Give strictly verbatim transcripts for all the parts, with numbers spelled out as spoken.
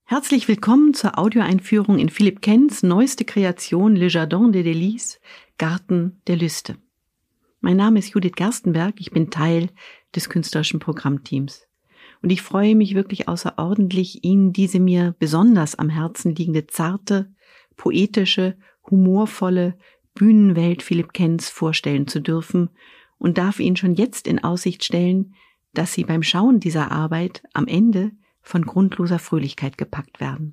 Herzlich willkommen zur Audioeinführung in Philippe Quens neueste Kreation Le Jardin des Délices, Garten der Lüste. Mein Name ist Judith Gerstenberg, ich bin Teil des künstlerischen Programmteams. Und ich freue mich wirklich außerordentlich, Ihnen diese mir besonders am Herzen liegende, zarte, poetische, humorvolle Bühnenwelt Philippe Quens vorstellen zu dürfen und darf Ihnen schon jetzt in Aussicht stellen, dass Sie beim Schauen dieser Arbeit am Ende von grundloser Fröhlichkeit gepackt werden.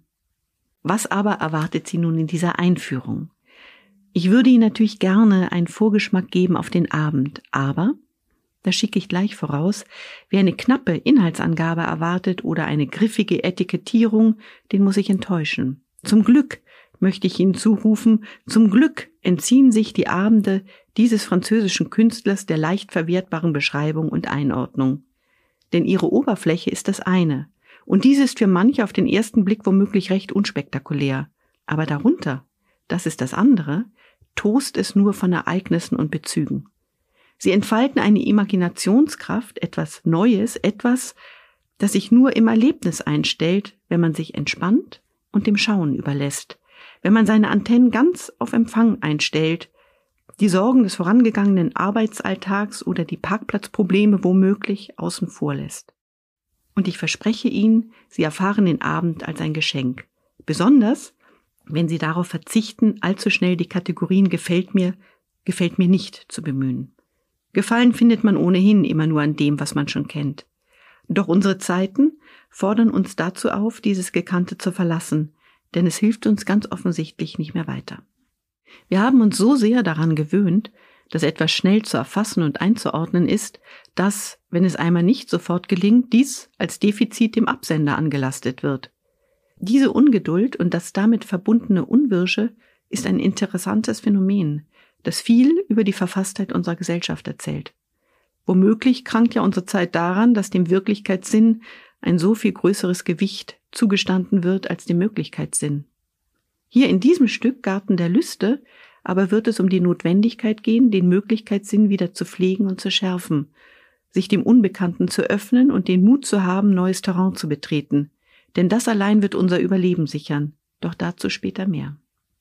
Was aber erwartet Sie nun in dieser Einführung? Ich würde Ihnen natürlich gerne einen Vorgeschmack geben auf den Abend, aber, das schicke ich gleich voraus, wer eine knappe Inhaltsangabe erwartet oder eine griffige Etikettierung, den muss ich enttäuschen. Zum Glück möchte ich Ihnen zurufen, zum Glück entziehen sich die Abende dieses französischen Künstlers der leicht verwertbaren Beschreibung und Einordnung. Denn ihre Oberfläche ist das eine. Und dies ist für manche auf den ersten Blick womöglich recht unspektakulär. Aber darunter, das ist das andere, tost es nur von Ereignissen und Bezügen. Sie entfalten eine Imaginationskraft, etwas Neues, etwas, das sich nur im Erlebnis einstellt, wenn man sich entspannt und dem Schauen überlässt, wenn man seine Antennen ganz auf Empfang einstellt, die Sorgen des vorangegangenen Arbeitsalltags oder die Parkplatzprobleme womöglich außen vor lässt. Und ich verspreche Ihnen, Sie erfahren den Abend als ein Geschenk. Besonders, wenn Sie darauf verzichten, allzu schnell die Kategorien gefällt mir, gefällt mir nicht zu bemühen. Gefallen findet man ohnehin immer nur an dem, was man schon kennt. Doch unsere Zeiten fordern uns dazu auf, dieses Gekannte zu verlassen, denn es hilft uns ganz offensichtlich nicht mehr weiter. Wir haben uns so sehr daran gewöhnt, dass etwas schnell zu erfassen und einzuordnen ist, dass, wenn es einmal nicht sofort gelingt, dies als Defizit dem Absender angelastet wird. Diese Ungeduld und das damit verbundene Unwirsche ist ein interessantes Phänomen, das viel über die Verfasstheit unserer Gesellschaft erzählt. Womöglich krankt ja unsere Zeit daran, dass dem Wirklichkeitssinn ein so viel größeres Gewicht zugestanden wird als dem Möglichkeitssinn. Hier in diesem Stück Garten der Lüste aber wird es um die Notwendigkeit gehen, den Möglichkeitssinn wieder zu pflegen und zu schärfen, sich dem Unbekannten zu öffnen und den Mut zu haben, neues Terrain zu betreten. Denn das allein wird unser Überleben sichern. Doch dazu später mehr.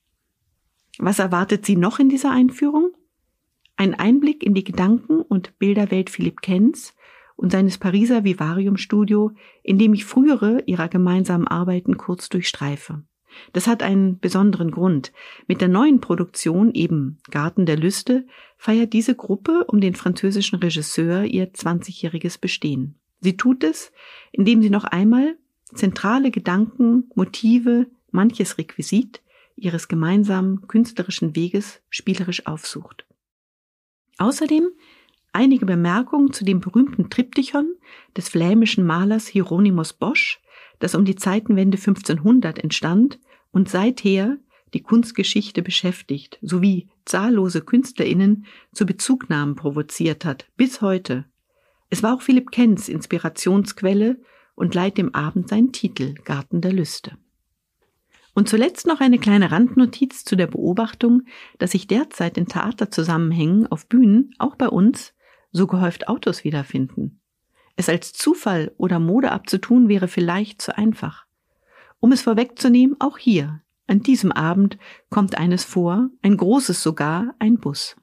Was erwartet Sie noch in dieser Einführung? Ein Einblick in die Gedanken- und Bilderwelt Philippe Quens und seines Pariser Vivarium-Studio, in dem ich frühere ihrer gemeinsamen Arbeiten kurz durchstreife. Das hat einen besonderen Grund. Mit der neuen Produktion, eben Garten der Lüste, feiert diese Gruppe um den französischen Regisseur ihr zwanzigjähriges Bestehen. Sie tut es, indem sie noch einmal zentrale Gedanken, Motive, manches Requisit ihres gemeinsamen künstlerischen Weges spielerisch aufsucht. Außerdem einige Bemerkungen zu dem berühmten Triptychon des flämischen Malers Hieronymus Bosch, das um die Zeitenwende fünfzehnhundert entstand und seither die Kunstgeschichte beschäftigt, sowie zahllose KünstlerInnen zu Bezugnahmen provoziert hat, bis heute. Es war auch Philippe Quens Inspirationsquelle und leiht dem Abend seinen Titel Garten der Lüste. Und zuletzt noch eine kleine Randnotiz zu der Beobachtung, dass sich derzeit in Theaterzusammenhängen auf Bühnen, auch bei uns, so gehäuft Autos wiederfinden. Es als Zufall oder Mode abzutun, wäre vielleicht zu einfach. Um es vorwegzunehmen, auch hier, an diesem Abend, kommt eines vor, ein großes sogar, ein Bus.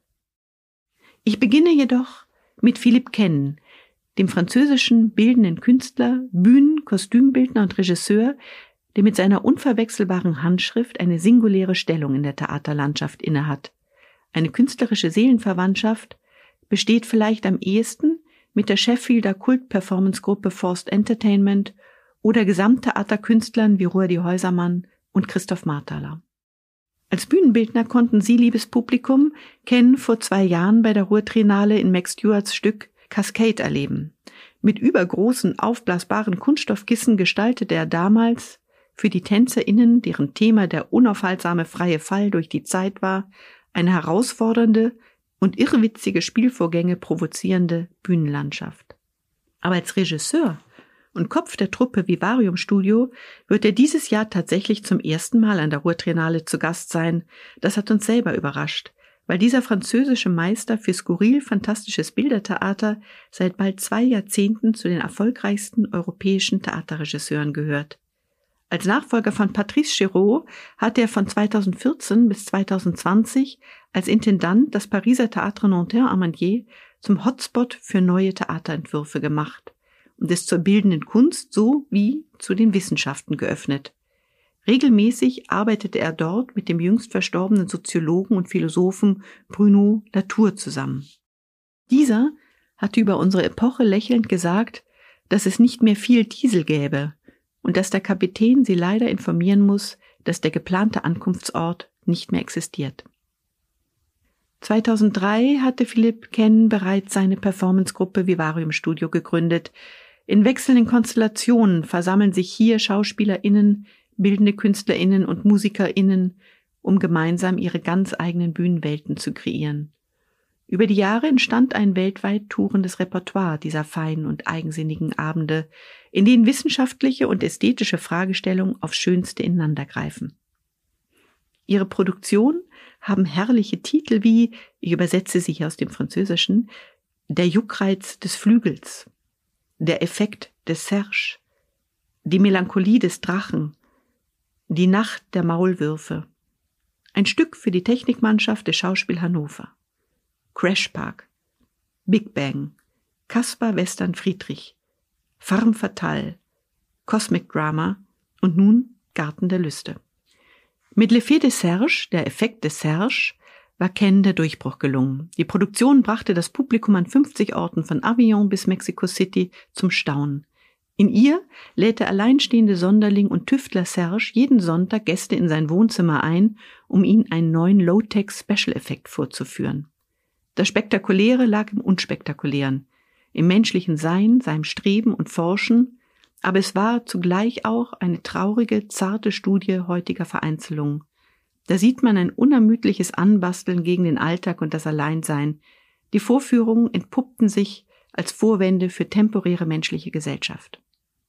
Ich beginne jedoch mit Philippe Quens, dem französischen bildenden Künstler, Bühnen-, Kostümbildner und Regisseur, der mit seiner unverwechselbaren Handschrift eine singuläre Stellung in der Theaterlandschaft innehat. Eine künstlerische Seelenverwandtschaft besteht vielleicht am ehesten mit der Sheffielder Kult-Performance-Gruppe Forced Entertainment oder Gesamttheaterkünstlern wie Ruedi Häusermann und Christoph Marthaler. Als Bühnenbildner konnten Sie, liebes Publikum, Quens vor zwei Jahren bei der Ruhr-Triennale in Max Stewarts Stück Cascade erleben. Mit übergroßen, aufblasbaren Kunststoffkissen gestaltete er damals für die TänzerInnen, deren Thema der unaufhaltsame freie Fall durch die Zeit war, eine herausfordernde und irrwitzige Spielvorgänge provozierende Bühnenlandschaft. Aber als Regisseur und Kopf der Truppe Vivarium Studio wird er dieses Jahr tatsächlich zum ersten Mal an der Ruhr-Triennale zu Gast sein. Das hat uns selber überrascht, weil dieser französische Meister für skurril-fantastisches Bildertheater seit bald zwei Jahrzehnten zu den erfolgreichsten europäischen Theaterregisseuren gehört. Als Nachfolger von Patrice Chéreau hat er von zweitausendvierzehn bis zweitausendzwanzig als Intendant das Pariser Théâtre Nanterre-Amandier zum Hotspot für neue Theaterentwürfe gemacht und es zur bildenden Kunst sowie zu den Wissenschaften geöffnet. Regelmäßig arbeitete er dort mit dem jüngst verstorbenen Soziologen und Philosophen Bruno Latour zusammen. Dieser hatte über unsere Epoche lächelnd gesagt, dass es nicht mehr viel Diesel gäbe und dass der Kapitän sie leider informieren muss, dass der geplante Ankunftsort nicht mehr existiert. zweitausenddrei hatte Philippe Quesne bereits seine Performancegruppe Vivarium Studio gegründet. In wechselnden Konstellationen versammeln sich hier SchauspielerInnen, bildende KünstlerInnen und MusikerInnen, um gemeinsam ihre ganz eigenen Bühnenwelten zu kreieren. Über die Jahre entstand ein weltweit tourendes Repertoire dieser feinen und eigensinnigen Abende, in denen wissenschaftliche und ästhetische Fragestellungen aufs Schönste ineinandergreifen. Ihre Produktionen haben herrliche Titel wie, ich übersetze sie hier aus dem Französischen, Der Juckreiz des Flügels, Der Effekt des Serge, Die Melancholie des Drachen, Die Nacht der Maulwürfe, ein Stück für die Technikmannschaft des Schauspiel Hannover, Crash Park, Big Bang, Caspar Western Friedrich, Femme Fatale, Cosmic Drama und nun Garten der Lüste. Mit L'Effet des Serge, der Effekt des Serge, war Quesne der Durchbruch gelungen. Die Produktion brachte das Publikum an fünfzig Orten von Avignon bis Mexico City zum Staunen. In ihr lädt der alleinstehende Sonderling und Tüftler Serge jeden Sonntag Gäste in sein Wohnzimmer ein, um ihnen einen neuen Low-Tech-Special-Effekt vorzuführen. Das Spektakuläre lag im Unspektakulären, im menschlichen Sein, seinem Streben und Forschen, aber es war zugleich auch eine traurige, zarte Studie heutiger Vereinzelung. Da sieht man ein unermüdliches Anbasteln gegen den Alltag und das Alleinsein. Die Vorführungen entpuppten sich als Vorwände für temporäre menschliche Gesellschaft.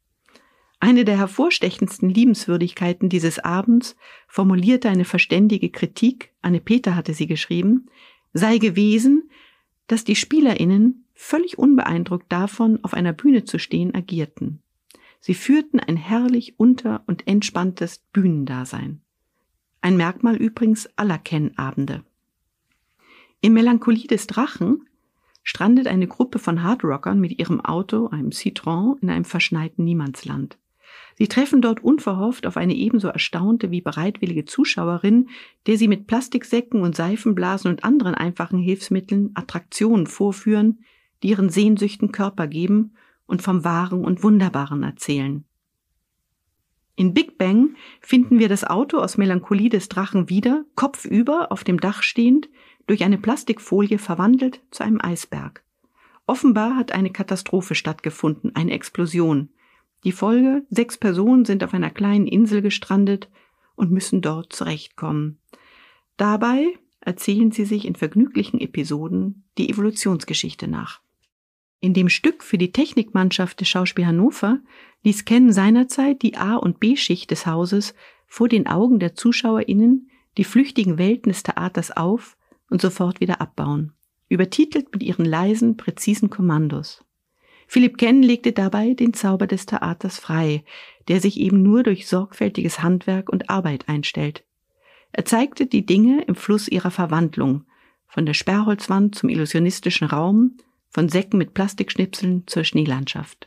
Eine der hervorstechendsten Liebenswürdigkeiten dieses Abends formulierte eine verständige Kritik, Anne Peter hatte sie geschrieben, sei gewesen, dass die SpielerInnen völlig unbeeindruckt davon, auf einer Bühne zu stehen, agierten. Sie führten ein herrlich unter- und entspanntes Bühnendasein. Ein Merkmal übrigens aller Quesne-Abende. In Melancholie des Drachen strandet eine Gruppe von Hardrockern mit ihrem Auto, einem Citroën, in einem verschneiten Niemandsland. Sie treffen dort unverhofft auf eine ebenso erstaunte wie bereitwillige Zuschauerin, der sie mit Plastiksäcken und Seifenblasen und anderen einfachen Hilfsmitteln Attraktionen vorführen, die ihren Sehnsüchten Körper geben und vom Wahren und Wunderbaren erzählen. In Big Bang finden wir das Auto aus Melancholie des Drachen wieder, kopfüber auf dem Dach stehend, durch eine Plastikfolie verwandelt zu einem Eisberg. Offenbar hat eine Katastrophe stattgefunden, eine Explosion. Die Folge: sechs Personen sind auf einer kleinen Insel gestrandet und müssen dort zurechtkommen. Dabei erzählen sie sich in vergnüglichen Episoden die Evolutionsgeschichte nach. In dem Stück für die Technikmannschaft des Schauspiel Hannover ließ Quesne seinerzeit die A- und B-Schicht des Hauses vor den Augen der ZuschauerInnen die flüchtigen Welten des Theaters auf und sofort wieder abbauen, übertitelt mit ihren leisen, präzisen Kommandos. Philippe Quesne legte dabei den Zauber des Theaters frei, der sich eben nur durch sorgfältiges Handwerk und Arbeit einstellt. Er zeigte die Dinge im Fluss ihrer Verwandlung, von der Sperrholzwand zum illusionistischen Raum, von Säcken mit Plastikschnipseln zur Schneelandschaft.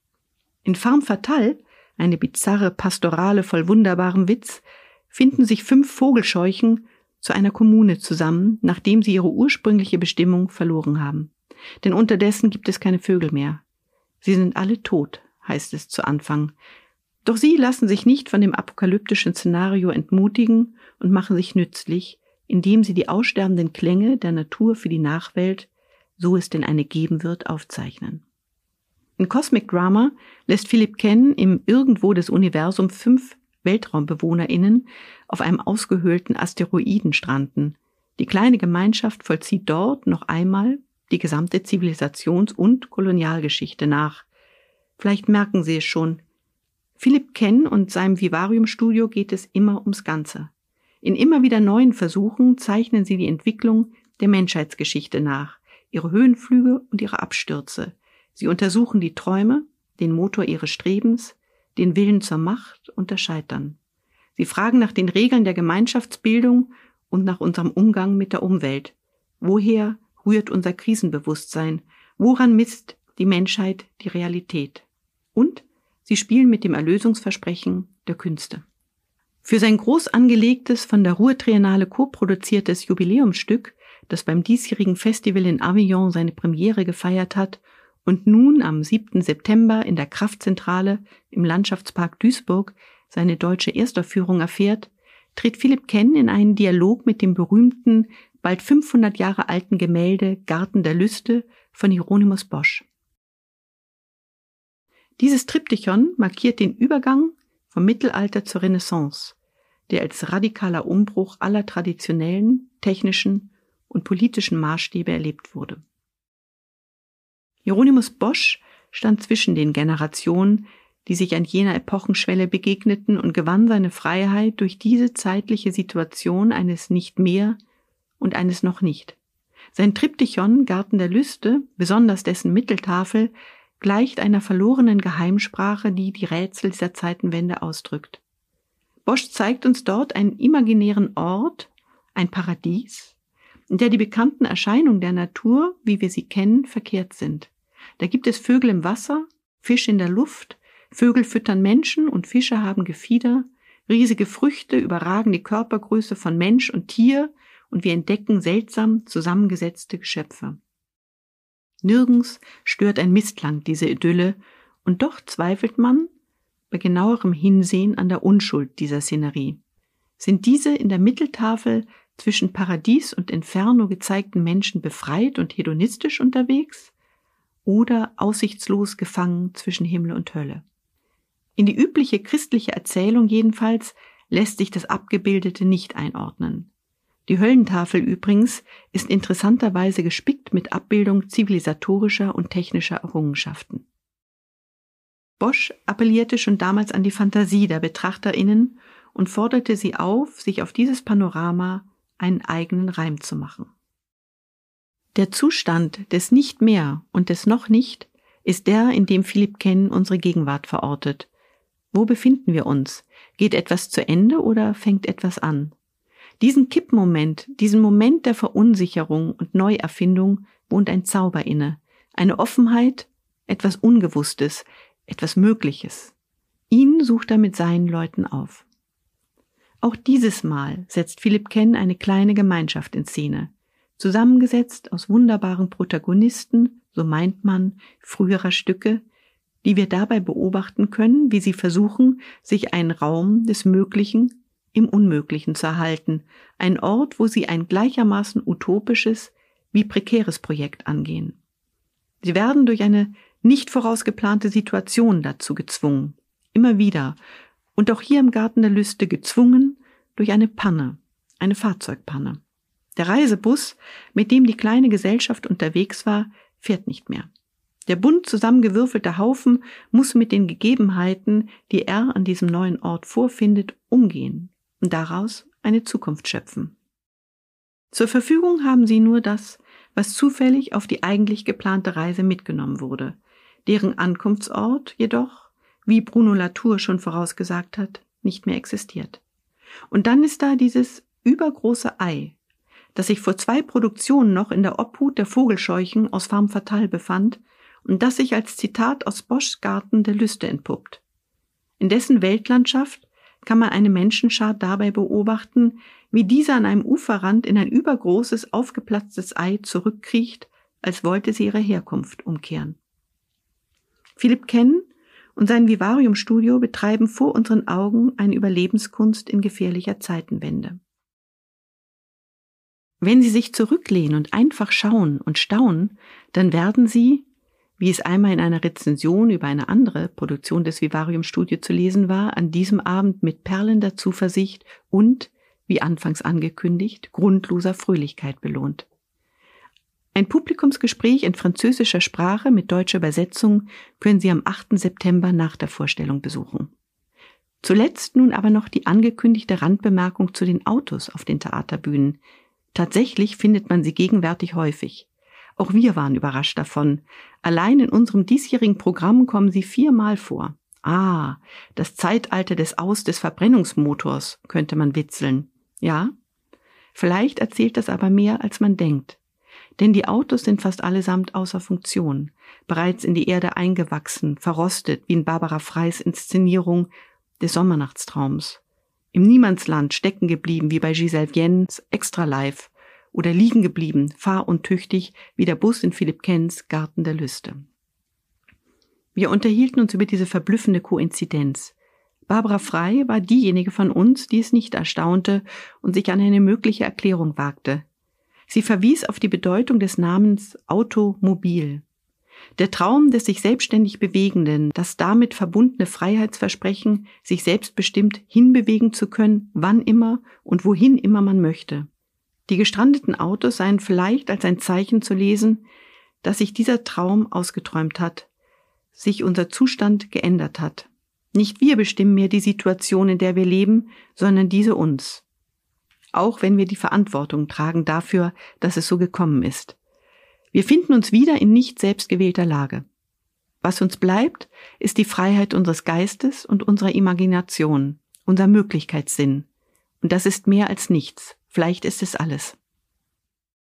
In Femme Fatale, eine bizarre Pastorale voll wunderbarem Witz, finden sich fünf Vogelscheuchen zu einer Kommune zusammen, nachdem sie ihre ursprüngliche Bestimmung verloren haben. Denn unterdessen gibt es keine Vögel mehr. Sie sind alle tot, heißt es zu Anfang. Doch sie lassen sich nicht von dem apokalyptischen Szenario entmutigen und machen sich nützlich, indem sie die aussterbenden Klänge der Natur für die Nachwelt, so es denn eine geben wird, aufzeichnen. In Cosmic Drama lässt Philippe Quesne im Irgendwo des Universums fünf WeltraumbewohnerInnen auf einem ausgehöhlten Asteroiden stranden. Die kleine Gemeinschaft vollzieht dort noch einmal die gesamte Zivilisations- und Kolonialgeschichte nach. Vielleicht merken Sie es schon. Philippe Quesne und seinem Vivarium Studio geht es immer ums Ganze. In immer wieder neuen Versuchen zeichnen sie die Entwicklung der Menschheitsgeschichte nach, ihre Höhenflüge und ihre Abstürze. Sie untersuchen die Träume, den Motor ihres Strebens, den Willen zur Macht und das Scheitern. Sie fragen nach den Regeln der Gemeinschaftsbildung und nach unserem Umgang mit der Umwelt. Woher rührt unser Krisenbewusstsein? Woran misst die Menschheit die Realität? Und sie spielen mit dem Erlösungsversprechen der Künste. Für sein groß angelegtes, von der Ruhr-Triennale co-produziertes Jubiläumsstück, das beim diesjährigen Festival in Avignon seine Premiere gefeiert hat und nun am siebten September in der Kraftzentrale im Landschaftspark Duisburg seine deutsche Erstaufführung erfährt, tritt Philipp Kenn in einen Dialog mit dem berühmten, bald fünfhundert Jahre alten Gemälde Garten der Lüste von Hieronymus Bosch. Dieses Triptychon markiert den Übergang vom Mittelalter zur Renaissance, der als radikaler Umbruch aller traditionellen, technischen und politischen Maßstäbe erlebt wurde. Hieronymus Bosch stand zwischen den Generationen, die sich an jener Epochenschwelle begegneten, und gewann seine Freiheit durch diese zeitliche Situation eines Nicht mehr und eines Noch nicht. Sein Triptychon Garten der Lüste, besonders dessen Mitteltafel, gleicht einer verlorenen Geheimsprache, die die Rätsel dieser Zeitenwende ausdrückt. Bosch zeigt uns dort einen imaginären Ort, ein Paradies, in der die bekannten Erscheinungen der Natur, wie wir sie kennen, verkehrt sind. Da gibt es Vögel im Wasser, Fisch in der Luft, Vögel füttern Menschen und Fische haben Gefieder, riesige Früchte überragen die Körpergröße von Mensch und Tier und wir entdecken seltsam zusammengesetzte Geschöpfe. Nirgends stört ein Missklang diese Idylle, und doch zweifelt man bei genauerem Hinsehen an der Unschuld dieser Szenerie. Sind diese in der Mitteltafel zwischen Paradies und Inferno gezeigten Menschen befreit und hedonistisch unterwegs oder aussichtslos gefangen zwischen Himmel und Hölle? In die übliche christliche Erzählung jedenfalls lässt sich das Abgebildete nicht einordnen. Die Höllentafel übrigens ist interessanterweise gespickt mit Abbildung zivilisatorischer und technischer Errungenschaften. Bosch appellierte schon damals an die Fantasie der BetrachterInnen und forderte sie auf, sich auf dieses Panorama einen eigenen Reim zu machen. Der Zustand des Nicht mehr und des Noch nicht ist der, in dem Philipp Kenn unsere Gegenwart verortet. Wo befinden wir uns? Geht etwas zu Ende oder fängt etwas an? Diesen Kippmoment, diesen Moment der Verunsicherung und Neuerfindung wohnt ein Zauber inne, eine Offenheit, etwas Ungewusstes, etwas Mögliches. Ihn sucht er mit seinen Leuten auf. Auch dieses Mal setzt Philipp Kenn eine kleine Gemeinschaft in Szene, zusammengesetzt aus wunderbaren Protagonisten, so meint man, früherer Stücke, die wir dabei beobachten können, wie sie versuchen, sich einen Raum des Möglichen im Unmöglichen zu erhalten, ein Ort, wo sie ein gleichermaßen utopisches wie prekäres Projekt angehen. Sie werden durch eine nicht vorausgeplante Situation dazu gezwungen, immer wieder, und auch hier im Garten der Lüste gezwungen durch eine Panne, eine Fahrzeugpanne. Der Reisebus, mit dem die kleine Gesellschaft unterwegs war, fährt nicht mehr. Der bunt zusammengewürfelte Haufen muss mit den Gegebenheiten, die er an diesem neuen Ort vorfindet, umgehen und daraus eine Zukunft schöpfen. Zur Verfügung haben sie nur das, was zufällig auf die eigentlich geplante Reise mitgenommen wurde, deren Ankunftsort jedoch, wie Bruno Latour schon vorausgesagt hat, nicht mehr existiert. Und dann ist da dieses übergroße Ei, das sich vor zwei Produktionen noch in der Obhut der Vogelscheuchen aus Femme Fatale befand und das sich als Zitat aus Boschs Garten der Lüste entpuppt. In dessen Weltlandschaft kann man eine Menschenschar dabei beobachten, wie diese an einem Uferrand in ein übergroßes, aufgeplatztes Ei zurückkriecht, als wollte sie ihre Herkunft umkehren. Philipp Kenn und sein Vivarium-Studio betreiben vor unseren Augen eine Überlebenskunst in gefährlicher Zeitenwende. Wenn Sie sich zurücklehnen und einfach schauen und staunen, dann werden Sie, wie es einmal in einer Rezension über eine andere Produktion des Vivarium-Studio zu lesen war, an diesem Abend mit perlender Zuversicht und, wie anfangs angekündigt, grundloser Fröhlichkeit belohnt. Ein Publikumsgespräch in französischer Sprache mit deutscher Übersetzung können Sie am achten September nach der Vorstellung besuchen. Zuletzt nun aber noch die angekündigte Randbemerkung zu den Autos auf den Theaterbühnen. Tatsächlich findet man sie gegenwärtig häufig. Auch wir waren überrascht davon. Allein in unserem diesjährigen Programm kommen sie viermal vor. Ah, das Zeitalter des Aus des Verbrennungsmotors, könnte man witzeln. Ja? Vielleicht erzählt das aber mehr, als man denkt. Denn die Autos sind fast allesamt außer Funktion, bereits in die Erde eingewachsen, verrostet, wie in Barbara Freys Inszenierung des Sommernachtstraums. Im Niemandsland stecken geblieben, wie bei Gisèle Viens Extra Life, oder liegen geblieben, fahr- und tüchtig, wie der Bus in Philipp Kens Garten der Lüste. Wir unterhielten uns über diese verblüffende Koinzidenz. Barbara Frey war diejenige von uns, die es nicht erstaunte und sich an eine mögliche Erklärung wagte. Sie verwies auf die Bedeutung des Namens Automobil. Der Traum des sich selbstständig Bewegenden, das damit verbundene Freiheitsversprechen, sich selbstbestimmt hinbewegen zu können, wann immer und wohin immer man möchte. Die gestrandeten Autos seien vielleicht als ein Zeichen zu lesen, dass sich dieser Traum ausgeträumt hat, sich unser Zustand geändert hat. Nicht wir bestimmen mehr die Situation, in der wir leben, sondern diese uns. Auch wenn wir die Verantwortung tragen dafür, dass es so gekommen ist. Wir finden uns wieder in nicht selbstgewählter Lage. Was uns bleibt, ist die Freiheit unseres Geistes und unserer Imagination, unser Möglichkeitssinn. Und das ist mehr als nichts. Vielleicht ist es alles.